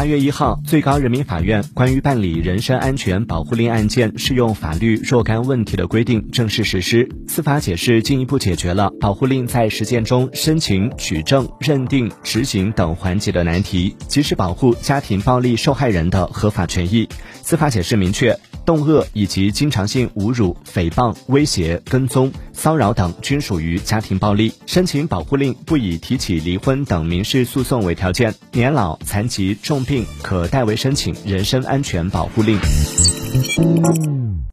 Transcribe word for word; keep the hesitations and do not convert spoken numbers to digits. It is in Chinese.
八月一号，最高人民法院关于办理人身安全保护令案件适用法律若干问题的规定正式实施。司法解释进一步解决了保护令在实践中申请、取证、认定、执行等环节的难题，及时保护家庭暴力受害人的合法权益。司法解释明确，动恶以及经常性侮辱、诽谤、威胁、跟踪、骚扰等均属于家庭暴力。申请保护令不以提起离婚等民事诉讼为条件，年老、残疾、重病可代为申请人身安全保护令。